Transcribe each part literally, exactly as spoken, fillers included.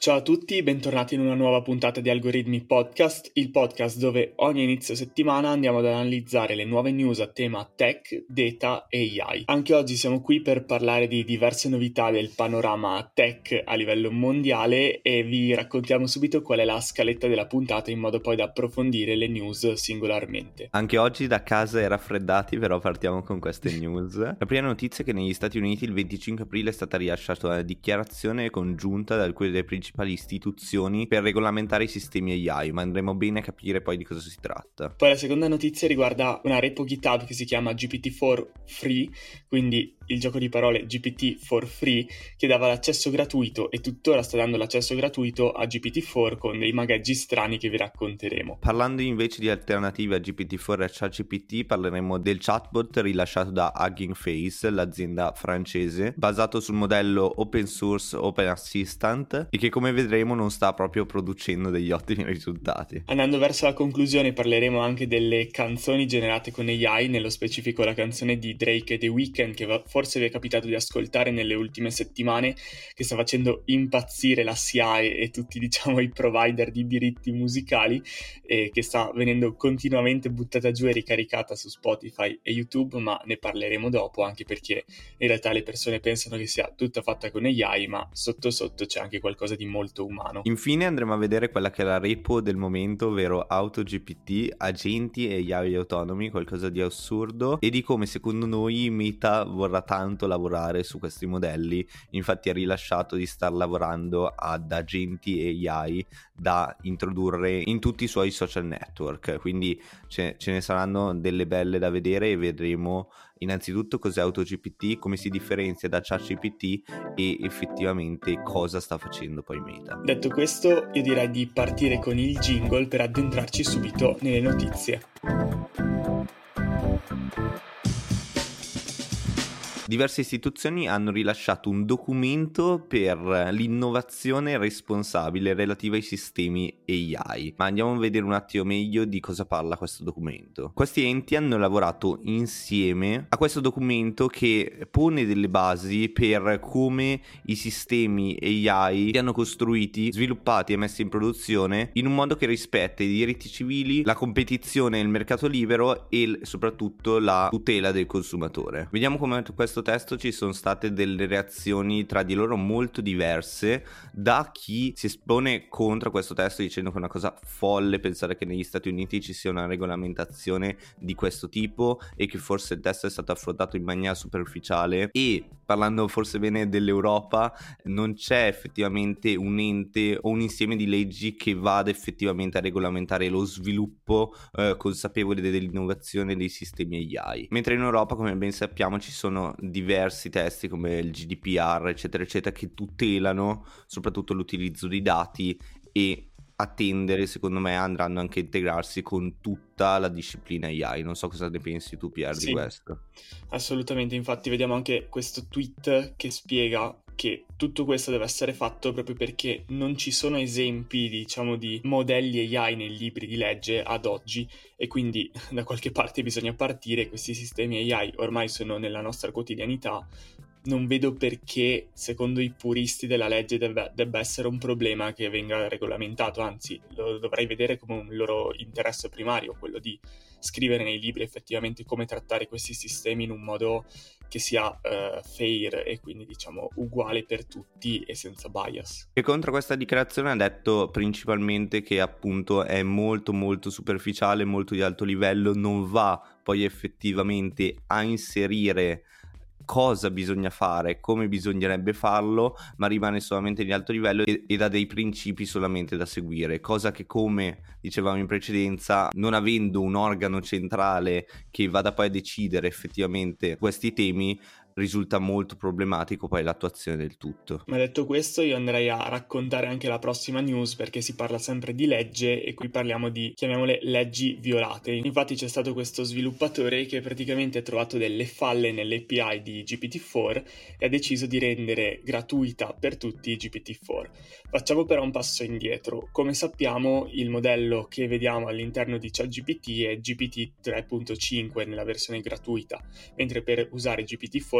Ciao a tutti, bentornati in una nuova puntata di Algoritmi Podcast, il podcast dove ogni inizio settimana andiamo ad analizzare le nuove news a tema tech, data e A I. Anche oggi siamo qui per parlare di diverse novità del panorama tech a livello mondiale e vi raccontiamo subito qual è la scaletta della puntata in modo poi da approfondire le news singolarmente. Anche oggi da casa e raffreddati, però partiamo con queste news. La prima notizia è che negli Stati Uniti il venticinque aprile è stata rilasciata una dichiarazione congiunta da alcune delle principali istituzioni per regolamentare i sistemi A I, ma andremo bene a capire poi di cosa si tratta. Poi la seconda notizia riguarda una repo GitHub che si chiama G P T quattro Free, quindi il gioco di parole G P T for Free, che dava l'accesso gratuito e tuttora sta dando l'accesso gratuito a G P T quattro con dei magaggi strani che vi racconteremo. Parlando invece di alternative a G P T quattro e a ChatGPT, parleremo del chatbot rilasciato da Hugging Face, l'azienda francese, basato sul modello open source Open Assistant e che come vedremo non sta proprio producendo degli ottimi risultati. Andando verso la conclusione parleremo anche delle canzoni generate con A I, nello specifico la canzone di Drake e The Weeknd che forse vi è capitato di ascoltare nelle ultime settimane, che sta facendo impazzire la S I A E e tutti diciamo i provider di diritti musicali, e che sta venendo continuamente buttata giù e ricaricata su Spotify e YouTube, ma ne parleremo dopo, anche perché in realtà le persone pensano che sia tutta fatta con A I, ma sotto sotto c'è anche qualcosa di molto umano. Infine andremo a vedere quella che è la repo del momento, ovvero AutoGPT, agenti e A I autonomi, qualcosa di assurdo, e di come secondo noi Meta vorrà tanto lavorare su questi modelli. Infatti ha rilasciato di star lavorando ad agenti e A I da introdurre in tutti i suoi social network, quindi ce, ce ne saranno delle belle da vedere e vedremo innanzitutto cos'è AutoGPT, come si differenzia da ChatGPT e effettivamente cosa sta facendo poi Meta. Detto questo, io direi di partire con il jingle per addentrarci subito nelle notizie. Diverse istituzioni hanno rilasciato un documento per l'innovazione responsabile relativa ai sistemi A I, ma andiamo a vedere un attimo meglio di cosa parla questo documento. Questi enti hanno lavorato insieme a questo documento che pone delle basi per come i sistemi A I siano costruiti, sviluppati e messi in produzione in un modo che rispetta i diritti civili, la competizione nel mercato libero e soprattutto la tutela del consumatore. Vediamo come questo testo ci sono state delle reazioni tra di loro molto diverse, da chi si espone contro questo testo dicendo che è una cosa folle pensare che negli Stati Uniti ci sia una regolamentazione di questo tipo e che forse il testo è stato affrontato in maniera superficiale, e parlando forse bene dell'Europa non c'è effettivamente un ente o un insieme di leggi che vada effettivamente a regolamentare lo sviluppo eh, consapevole dell'innovazione dei sistemi A I, mentre in Europa, come ben sappiamo, ci sono diversi testi come il G D P R eccetera eccetera che tutelano soprattutto l'utilizzo di dati, e a tendere secondo me andranno anche a integrarsi con tutta la disciplina A I. Non so cosa ne pensi tu, Pier, Sì, di questo. Assolutamente, infatti vediamo anche questo tweet che spiega che tutto questo deve essere fatto proprio perché non ci sono esempi, diciamo, di modelli A I nei libri di legge ad oggi, e quindi da qualche parte bisogna partire. Questi sistemi A I ormai sono nella nostra quotidianità. Non vedo perché, secondo i puristi della legge, debba, debba essere un problema che venga regolamentato, anzi lo dovrei vedere come un loro interesse primario, quello di scrivere nei libri effettivamente come trattare questi sistemi in un modo che sia uh, fair e quindi diciamo uguale per tutti e senza bias. E contro questa dichiarazione ha detto principalmente che appunto è molto molto superficiale, molto di alto livello, non va poi effettivamente a inserire cosa bisogna fare, come bisognerebbe farlo, ma rimane solamente di alto livello e, ed ha dei principi solamente da seguire, cosa che, come dicevamo in precedenza, non avendo un organo centrale che vada poi a decidere effettivamente questi temi, risulta molto problematico poi l'attuazione del tutto. Ma detto questo, io andrei a raccontare anche la prossima news, perché si parla sempre di legge e qui parliamo di, chiamiamole, leggi violate. Infatti c'è stato questo sviluppatore che praticamente ha trovato delle falle nell'A P I di G P T quattro e ha deciso di rendere gratuita per tutti G P T quattro. Facciamo però un passo indietro. Come sappiamo, il modello che vediamo all'interno di ChatGPT è G P T tre punto cinque nella versione gratuita, mentre per usare G P T quattro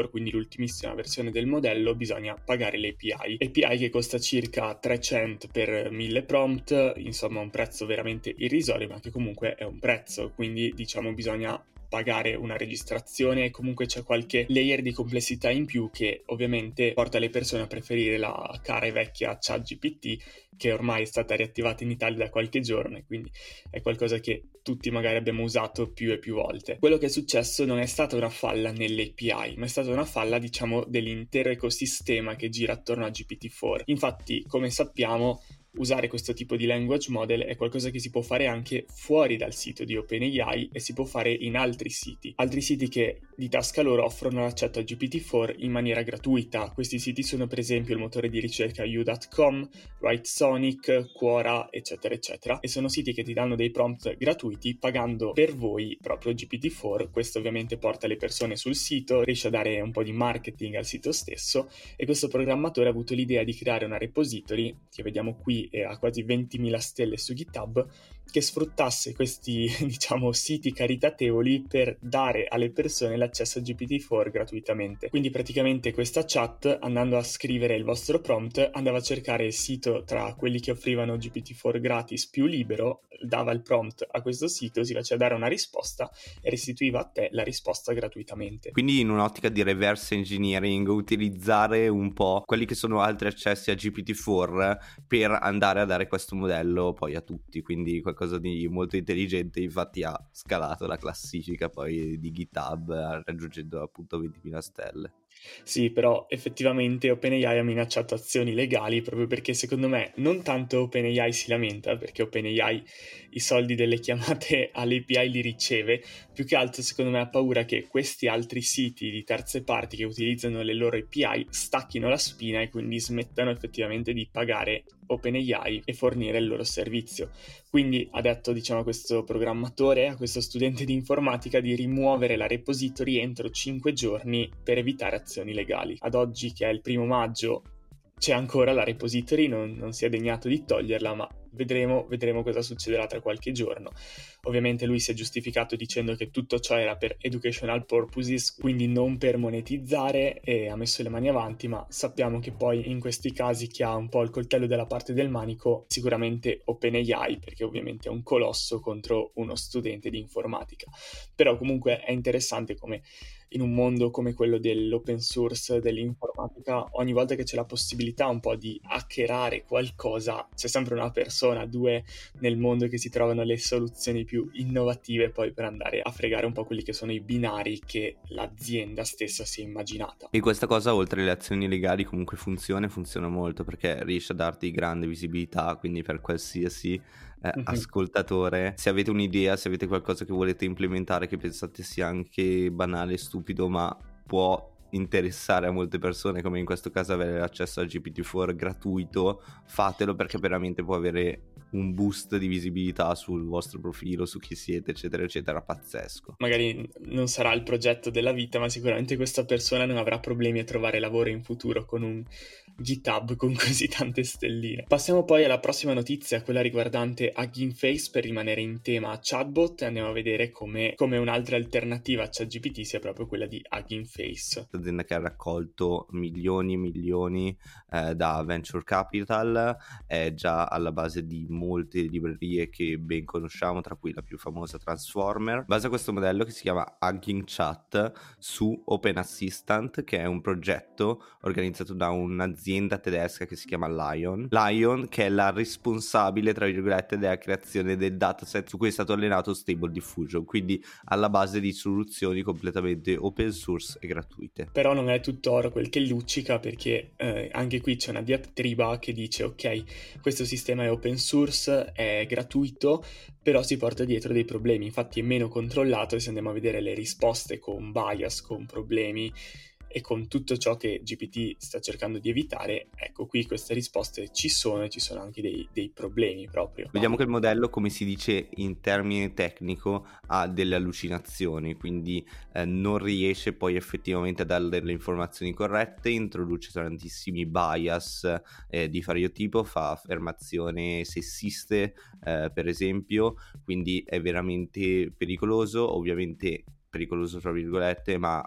four, quindi l'ultimissima versione del modello, bisogna pagare l'A P I. A P I che costa circa tre cent per mille prompt, insomma un prezzo veramente irrisorio, ma che comunque è un prezzo, quindi diciamo bisogna pagare una registrazione e comunque c'è qualche layer di complessità in più che ovviamente porta le persone a preferire la cara e vecchia ChatGPT, che ormai è stata riattivata in Italia da qualche giorno e quindi è qualcosa che tutti magari abbiamo usato più e più volte. Quello che è successo non è stata una falla nell'A P I, ma è stata una falla, diciamo, dell'intero ecosistema che gira attorno a G P T four. Infatti, come sappiamo, usare questo tipo di language model è qualcosa che si può fare anche fuori dal sito di OpenAI e si può fare in altri siti, altri siti che di tasca loro offrono l'accetto a G P T four in maniera gratuita. Questi siti sono per esempio il motore di ricerca U dot com, Writesonic, Quora, eccetera eccetera, e sono siti che ti danno dei prompt gratuiti pagando per voi proprio G P T four. Questo ovviamente porta le persone sul sito, riesce a dare un po' di marketing al sito stesso, e questo programmatore ha avuto l'idea di creare una repository che vediamo qui e ha quasi ventimila stelle su GitHub, che sfruttasse questi, diciamo, siti caritatevoli per dare alle persone l'accesso a G P T four gratuitamente. Quindi praticamente questa chat, andando a scrivere il vostro prompt, andava a cercare il sito tra quelli che offrivano G P T four gratis più libero, dava il prompt a questo sito, si faceva dare una risposta e restituiva a te la risposta gratuitamente. Quindi in un'ottica di reverse engineering, utilizzare un po' quelli che sono altri accessi a G P T four per andare a dare questo modello poi a tutti, quindi qualcosa di molto intelligente. Infatti ha scalato la classifica poi di GitHub raggiungendo appunto ventimila stelle. Sì, però effettivamente OpenAI ha minacciato azioni legali proprio perché secondo me non tanto OpenAI si lamenta, perché OpenAI i soldi delle chiamate all'A P I li riceve, più che altro secondo me ha paura che questi altri siti di terze parti che utilizzano le loro A P I stacchino la spina e quindi smettano effettivamente di pagare OpenAI e fornire il loro servizio. Quindi ha detto, diciamo, a questo programmatore, a questo studente di informatica, di rimuovere la repository entro cinque giorni per evitare azioni legali. Ad oggi, che è il primo maggio, c'è ancora la repository, non, non si è degnato di toglierla, ma vedremo, vedremo cosa succederà tra qualche giorno. Ovviamente lui si è giustificato dicendo che tutto ciò era per educational purposes, quindi non per monetizzare, e ha messo le mani avanti, ma sappiamo che poi in questi casi chi ha un po' il coltello dalla parte del manico sicuramente OpenAI, perché ovviamente è un colosso contro uno studente di informatica. Però comunque è interessante come in un mondo come quello dell'open source, dell'informatica, ogni volta che c'è la possibilità un po' di hackerare qualcosa, c'è sempre una persona, due nel mondo che si trovano le soluzioni più innovative poi per andare a fregare un po' quelli che sono i binari che l'azienda stessa si è immaginata. E questa cosa, oltre alle azioni legali, comunque funziona, funziona molto perché riesce a darti grande visibilità, quindi per qualsiasi eh, Mhm. ascoltatore, se avete un'idea, se avete qualcosa che volete implementare che pensate sia anche banale, stupido, ma può interessare a molte persone, come in questo caso avere l'accesso al G P T four gratuito, fatelo, perché veramente può avere un boost di visibilità sul vostro profilo, su chi siete, eccetera eccetera, pazzesco. Magari non sarà il progetto della vita, ma sicuramente questa persona non avrà problemi a trovare lavoro in futuro con un GitHub con così tante stelline. Passiamo poi alla prossima notizia, quella riguardante Hugging Face, per rimanere in tema chatbot, e andiamo a vedere come, come un'altra alternativa a ChatGPT sia proprio quella di Hugging Face. L'azienda che ha raccolto milioni e milioni eh, da venture capital, è già alla base di molte librerie che ben conosciamo, tra cui la più famosa Transformer. Basa questo modello che si chiama Hugging Chat su Open Assistant, che è un progetto organizzato da un'azienda tedesca che si chiama Lion. Lion, che è la responsabile, tra virgolette, della creazione del dataset su cui è stato allenato Stable Diffusion, quindi alla base di soluzioni completamente open source e gratuite. Però non è tutto oro quel che luccica, perché eh, anche qui c'è una diatriba che dice ok, questo sistema è open source, è gratuito, però si porta dietro dei problemi, infatti è meno controllato, e se andiamo a vedere le risposte con bias, con problemi e con tutto ciò che G P T sta cercando di evitare, ecco, qui queste risposte ci sono e ci sono anche dei, dei problemi proprio. Vediamo che il modello, come si dice in termine tecnico, ha delle allucinazioni, quindi eh, non riesce poi effettivamente a dare delle informazioni corrette, introduce tantissimi bias eh, di vario tipo, fa affermazioni sessiste eh, per esempio, quindi è veramente pericoloso, ovviamente pericoloso tra virgolette, ma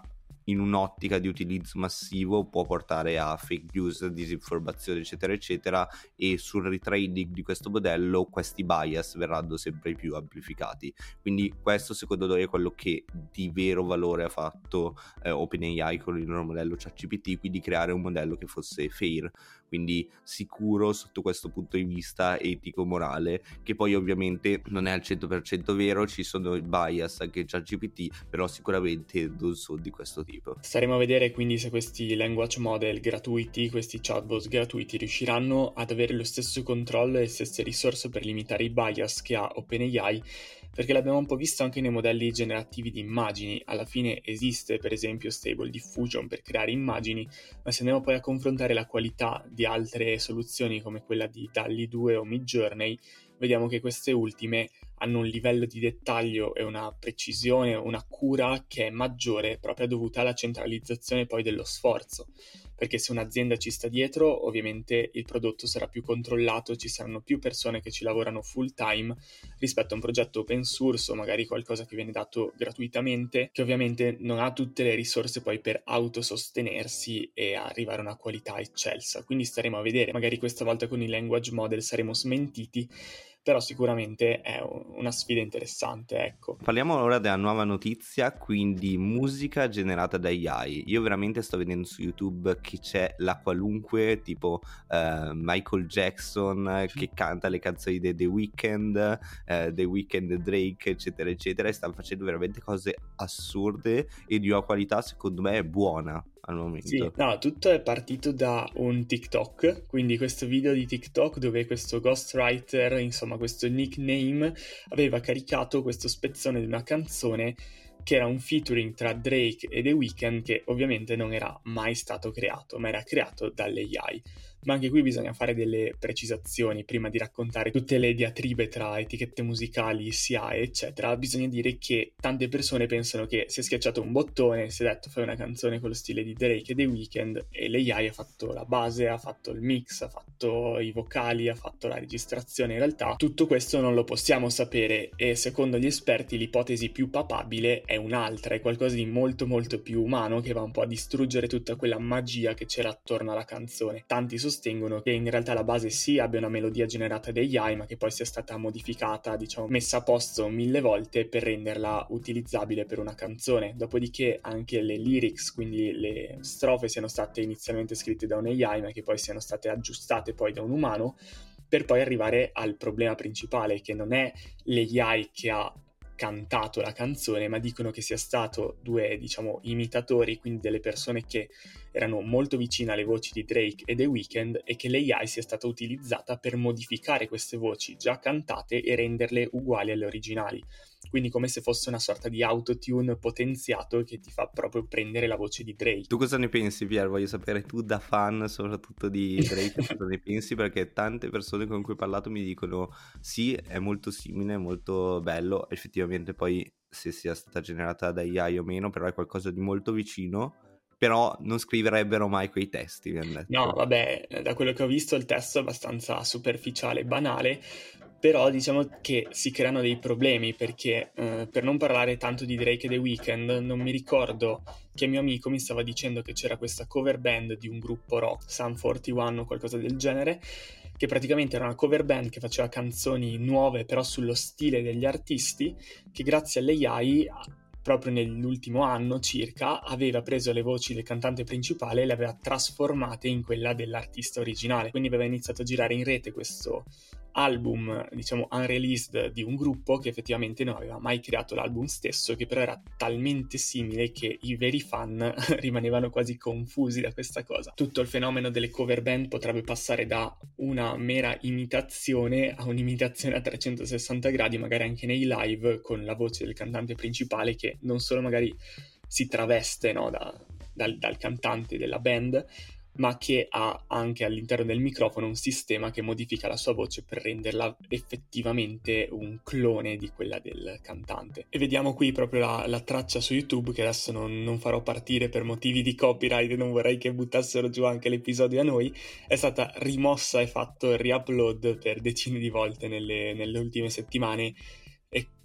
in un'ottica di utilizzo massivo può portare a fake news, disinformazione eccetera eccetera, e sul retraining di questo modello questi bias verranno sempre più amplificati. Quindi questo secondo noi è quello che di vero valore ha fatto eh, OpenAI con il loro modello ChatGPT, quindi creare un modello che fosse fair, quindi sicuro sotto questo punto di vista etico-morale, che poi ovviamente non è al cento per cento vero, ci sono i bias anche in ChatGPT, però sicuramente non sono di questo tipo. Staremo a vedere quindi se questi language model gratuiti, questi chatbot gratuiti, riusciranno ad avere lo stesso controllo e le stesse risorse per limitare i bias che ha OpenAI, perché l'abbiamo un po' visto anche nei modelli generativi di immagini. Alla fine esiste per esempio Stable Diffusion per creare immagini, ma se andiamo poi a confrontare la qualità di altre soluzioni come quella di DALL-E due o Midjourney, vediamo che queste ultime hanno un livello di dettaglio e una precisione, una cura che è maggiore proprio dovuta alla centralizzazione poi dello sforzo, perché se un'azienda ci sta dietro ovviamente il prodotto sarà più controllato, ci saranno più persone che ci lavorano full time rispetto a un progetto open source o magari qualcosa che viene dato gratuitamente, che ovviamente non ha tutte le risorse poi per autosostenersi e arrivare a una qualità eccelsa. Quindi staremo a vedere, magari questa volta con i language model saremo smentiti, però sicuramente è una sfida interessante, ecco. Parliamo ora della nuova notizia, quindi musica generata da A I. Io veramente sto vedendo su YouTube che c'è la qualunque, tipo uh, Michael Jackson che canta le canzoni di The Weeknd, uh, The Weeknd, Drake, eccetera, eccetera, e stanno facendo veramente cose assurde e di una qualità secondo me buona al momento. Sì, no, tutto è partito da un TikTok, quindi questo video di TikTok dove questo ghostwriter, insomma questo nickname, aveva caricato questo spezzone di una canzone che era un featuring tra Drake e The Weeknd, che ovviamente non era mai stato creato, ma era creato dalle A I. Ma anche qui bisogna fare delle precisazioni prima di raccontare tutte le diatribe tra etichette musicali, S I A E, eccetera. Bisogna dire che tante persone pensano che si è schiacciato un bottone, si è detto fai una canzone con lo stile di Drake e The Weeknd, e l'A I ha fatto la base, ha fatto il mix, ha fatto i vocali, ha fatto la registrazione. In realtà tutto questo non lo possiamo sapere e secondo gli esperti l'ipotesi più papabile è un'altra, è qualcosa di molto molto più umano che va un po' a distruggere tutta quella magia che c'era attorno alla canzone. Tanti sostengono che in realtà la base sì abbia una melodia generata dagli A I, ma che poi sia stata modificata, diciamo messa a posto mille volte per renderla utilizzabile per una canzone. Dopodiché anche le lyrics, quindi le strofe, siano state inizialmente scritte da un A I ma che poi siano state aggiustate poi da un umano, per poi arrivare al problema principale, che non è l'A I che ha cantato la canzone, ma dicono che sia stato due, diciamo, imitatori, quindi delle persone che erano molto vicine alle voci di Drake e The Weeknd, e che l'A I sia stata utilizzata per modificare queste voci già cantate e renderle uguali alle originali. Quindi come se fosse una sorta di autotune potenziato che ti fa proprio prendere la voce di Drake. Tu cosa ne pensi, Pier? Voglio sapere tu da fan soprattutto di Drake cosa ne pensi, perché tante persone con cui ho parlato mi dicono sì, è molto simile, è molto bello, effettivamente poi se sia stata generata da A I o meno, però è qualcosa di molto vicino, però non scriverebbero mai quei testi, mi hanno detto. No, vabbè, da quello che ho visto il testo è abbastanza superficiale e banale, però diciamo che si creano dei problemi perché, eh, per non parlare tanto di Drake e The Weeknd, non mi ricordo che mio amico mi stava dicendo che c'era questa cover band di un gruppo rock, Sum quarantuno o qualcosa del genere, che praticamente era una cover band che faceva canzoni nuove però sullo stile degli artisti, che grazie alle A I proprio nell'ultimo anno circa aveva preso le voci del cantante principale e le aveva trasformate in quella dell'artista originale. Quindi aveva iniziato a girare in rete questo album, diciamo unreleased, di un gruppo che effettivamente non aveva mai creato l'album stesso, che però era talmente simile che i veri fan rimanevano quasi confusi da questa cosa. Tutto il fenomeno delle cover band potrebbe passare da una mera imitazione a un'imitazione a trecentosessanta gradi, magari anche nei live, con la voce del cantante principale che non solo magari si traveste, no, da, dal, dal cantante della band, ma che ha anche all'interno del microfono un sistema che modifica la sua voce per renderla effettivamente un clone di quella del cantante. E vediamo qui proprio la, la traccia su YouTube, che adesso non, non farò partire per motivi di copyright, non vorrei che buttassero giù anche l'episodio a noi. È stata rimossa e fatto il re-upload per decine di volte nelle, nelle ultime settimane, e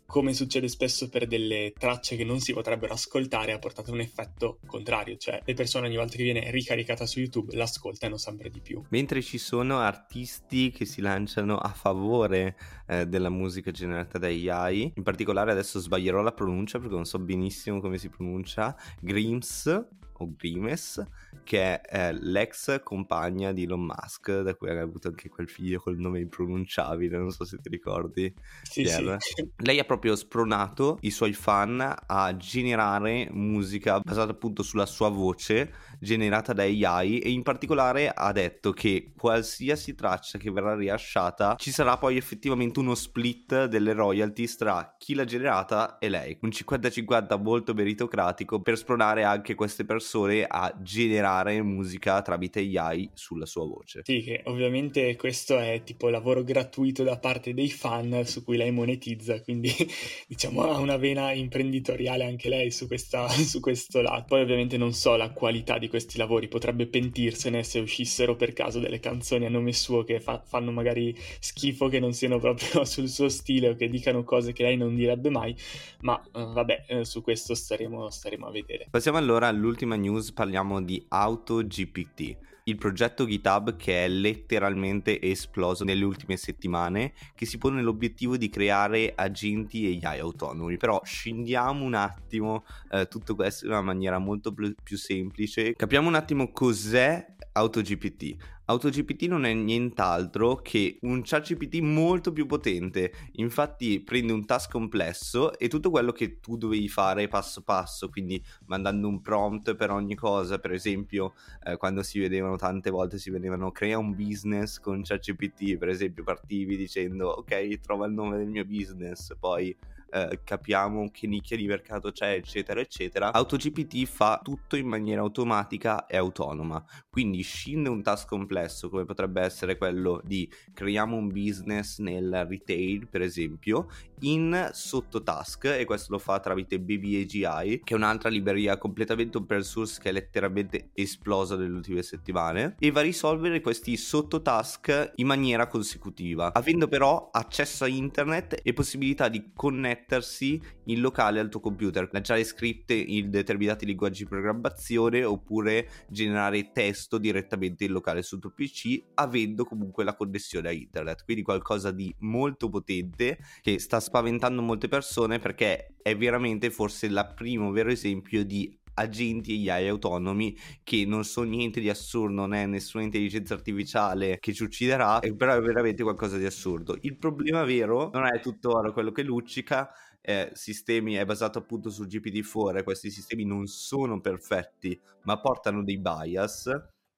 come succede spesso per delle tracce che non si potrebbero ascoltare, ha portato un effetto contrario, cioè le persone ogni volta che viene ricaricata su YouTube l'ascoltano sempre di più. Mentre ci sono artisti che si lanciano a favore eh, della musica generata da A I, in particolare adesso sbaglierò la pronuncia perché non so benissimo come si pronuncia, Grimes o Grimes, che è eh, l'ex compagna di Elon Musk, da cui ha avuto anche quel figlio col nome impronunciabile, non so se ti ricordi. Sì, sì. Lei ha proprio spronato i suoi fan a generare musica basata appunto sulla sua voce generata da A I, e in particolare ha detto che qualsiasi traccia che verrà rilasciata ci sarà poi effettivamente uno split delle royalties tra chi l'ha generata e lei, un cinquanta cinquanta molto meritocratico per spronare anche queste persone a generare musica tramite A I sulla sua voce. Sì, che ovviamente questo è tipo lavoro gratuito da parte dei fan su cui lei monetizza, quindi diciamo ha una vena imprenditoriale anche lei su, questa, su questo lato. Poi ovviamente non so la qualità di questi lavori, potrebbe pentirsene se uscissero per caso delle canzoni a nome suo che fa, fanno magari schifo, che non siano proprio sul suo stile o che dicano cose che lei non direbbe mai, ma uh, vabbè, eh, su questo staremo, staremo a vedere. Passiamo allora all'ultima news, parliamo di AutoGPT, il progetto GitHub che è letteralmente esploso nelle ultime settimane, che si pone l'obiettivo di creare agenti A I autonomi. Però scendiamo un attimo eh, tutto questo in una maniera molto più, più semplice. Capiamo un attimo cos'è AutoGPT. AutoGPT non è nient'altro che un ChatGPT molto più potente. Infatti prende un task complesso e tutto quello che tu dovevi fare passo passo, quindi mandando un prompt per ogni cosa. Per esempio eh, quando si vedevano tante volte si vedevano crea un business con ChatGPT, per esempio partivi dicendo ok, trova il nome del mio business, poi eh, capiamo che nicchia di mercato c'è, eccetera eccetera. AutoGPT fa tutto in maniera automatica e autonoma, quindi scinde un task complesso come potrebbe essere quello di creiamo un business nel retail, per esempio, in sottotask, e questo lo fa tramite Baby A G I, che è un'altra libreria completamente open source che è letteralmente esplosa nelle ultime settimane, e va a risolvere questi sottotask in maniera consecutiva, avendo però accesso a internet e possibilità di connettersi in locale al tuo computer, lanciare script in determinati linguaggi di programmazione oppure generare testo direttamente in locale sul tuo P C, avendo comunque la connessione a internet. Quindi qualcosa di molto potente che sta spaventando molte persone, perché è veramente forse il primo vero esempio di agenti A I autonomi che non sono niente di assurdo, non è nessuna intelligenza artificiale che ci ucciderà, però è veramente qualcosa di assurdo. Il problema vero non è tutto oro quello che luccica. Eh, sistemi è basato appunto su G P T quattro, questi sistemi non sono perfetti ma portano dei bias,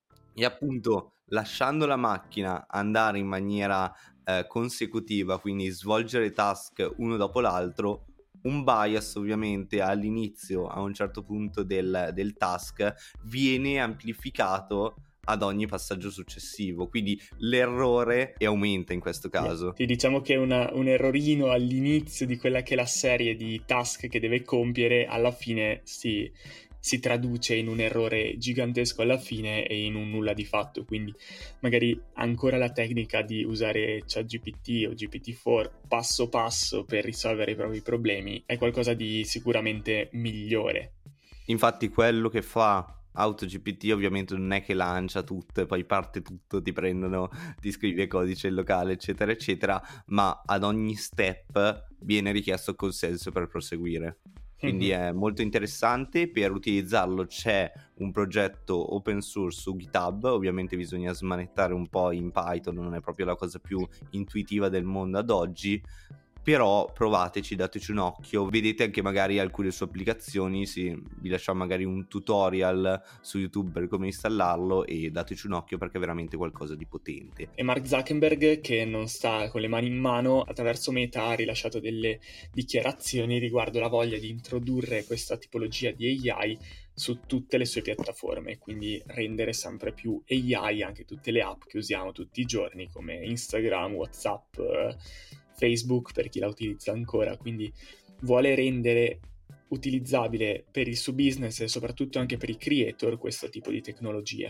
e appunto lasciando la macchina andare in maniera eh, consecutiva, quindi svolgere task uno dopo l'altro, un bias ovviamente all'inizio, a un certo punto del, del task, viene amplificato ad ogni passaggio successivo, quindi l'errore e aumenta in questo caso. Sì, diciamo che una, un errorino all'inizio di quella che è la serie di task che deve compiere, alla fine si, si traduce in un errore gigantesco alla fine e in un nulla di fatto. Quindi magari ancora la tecnica di usare ChatGPT o G P T quattro passo passo per risolvere i propri problemi è qualcosa di sicuramente migliore. Infatti quello che fa AutoGPT ovviamente non è che lancia tutto e poi parte tutto, ti prendono, ti scrive codice in locale, eccetera eccetera, ma ad ogni step viene richiesto il consenso per proseguire. Quindi è molto interessante. Per utilizzarlo c'è un progetto open source su GitHub, ovviamente bisogna smanettare un po' in Python, non è proprio la cosa più intuitiva del mondo ad oggi, però provateci, dateci un occhio, vedete anche magari alcune sue applicazioni, sì, vi lasciamo magari un tutorial su YouTube per come installarlo e dateci un occhio perché è veramente qualcosa di potente. E Mark Zuckerberg, che non sta con le mani in mano, attraverso Meta ha rilasciato delle dichiarazioni riguardo la voglia di introdurre questa tipologia di A I su tutte le sue piattaforme, quindi rendere sempre più A I anche tutte le app che usiamo tutti i giorni come Instagram, WhatsApp, Facebook per chi la utilizza ancora. Quindi vuole rendere utilizzabile per il suo business e soprattutto anche per i creator questo tipo di tecnologie.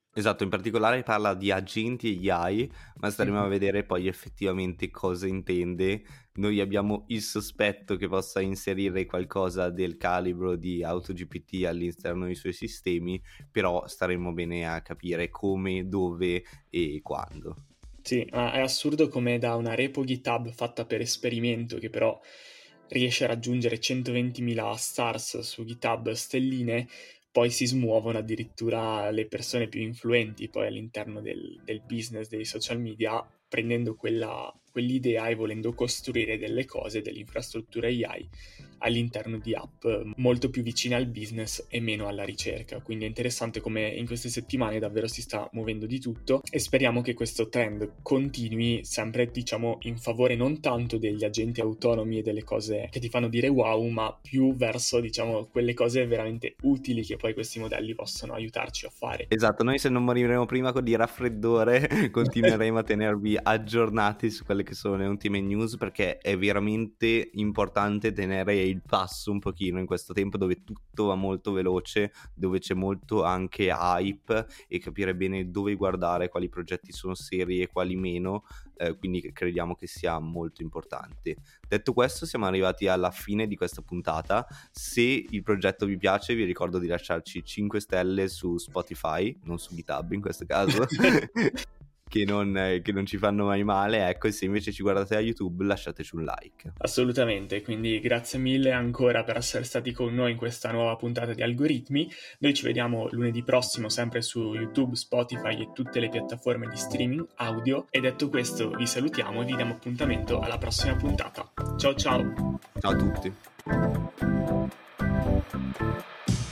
Esatto, in particolare parla di agenti A I, ma staremo Mhm. a vedere poi effettivamente cosa intende. Noi abbiamo il sospetto che possa inserire qualcosa del calibro di AutoGPT all'interno dei suoi sistemi, però staremo bene a capire come, dove e quando. Sì, ma è assurdo come da una repo GitHub fatta per esperimento, che però riesce a raggiungere centoventimila stars su GitHub, stelline, poi si smuovono addirittura le persone più influenti poi all'interno del, del business dei social media, prendendo quella, quell'idea e volendo costruire delle cose, delle infrastrutture A I all'interno di app molto più vicine al business e meno alla ricerca. Quindi è interessante come in queste settimane davvero si sta muovendo di tutto e speriamo che questo trend continui sempre, diciamo, in favore non tanto degli agenti autonomi e delle cose che ti fanno dire wow, ma più verso, diciamo, quelle cose veramente utili che poi questi modelli possono aiutarci a fare. Esatto, noi se non moriremo prima di raffreddore continueremo a tenervi aggiornati su quelle che sono le ultime news, perché è veramente importante tenere il passo un pochino in questo tempo dove tutto va molto veloce, dove c'è molto anche hype, e capire bene dove guardare, quali progetti sono seri e quali meno, eh, quindi crediamo che sia molto importante. Detto questo, siamo arrivati alla fine di questa puntata. Se il progetto vi piace, vi ricordo di lasciarci cinque stelle su Spotify, non su GitHub in questo caso, che, non, eh, che non ci fanno mai male, ecco, e se invece ci guardate a YouTube lasciateci un like. Assolutamente, quindi grazie mille ancora per essere stati con noi in questa nuova puntata di Algoritmi. Noi ci vediamo lunedì prossimo sempre su YouTube, Spotify e tutte le piattaforme di streaming audio, e detto questo vi salutiamo e vi diamo appuntamento alla prossima puntata. Ciao ciao! Ciao a tutti.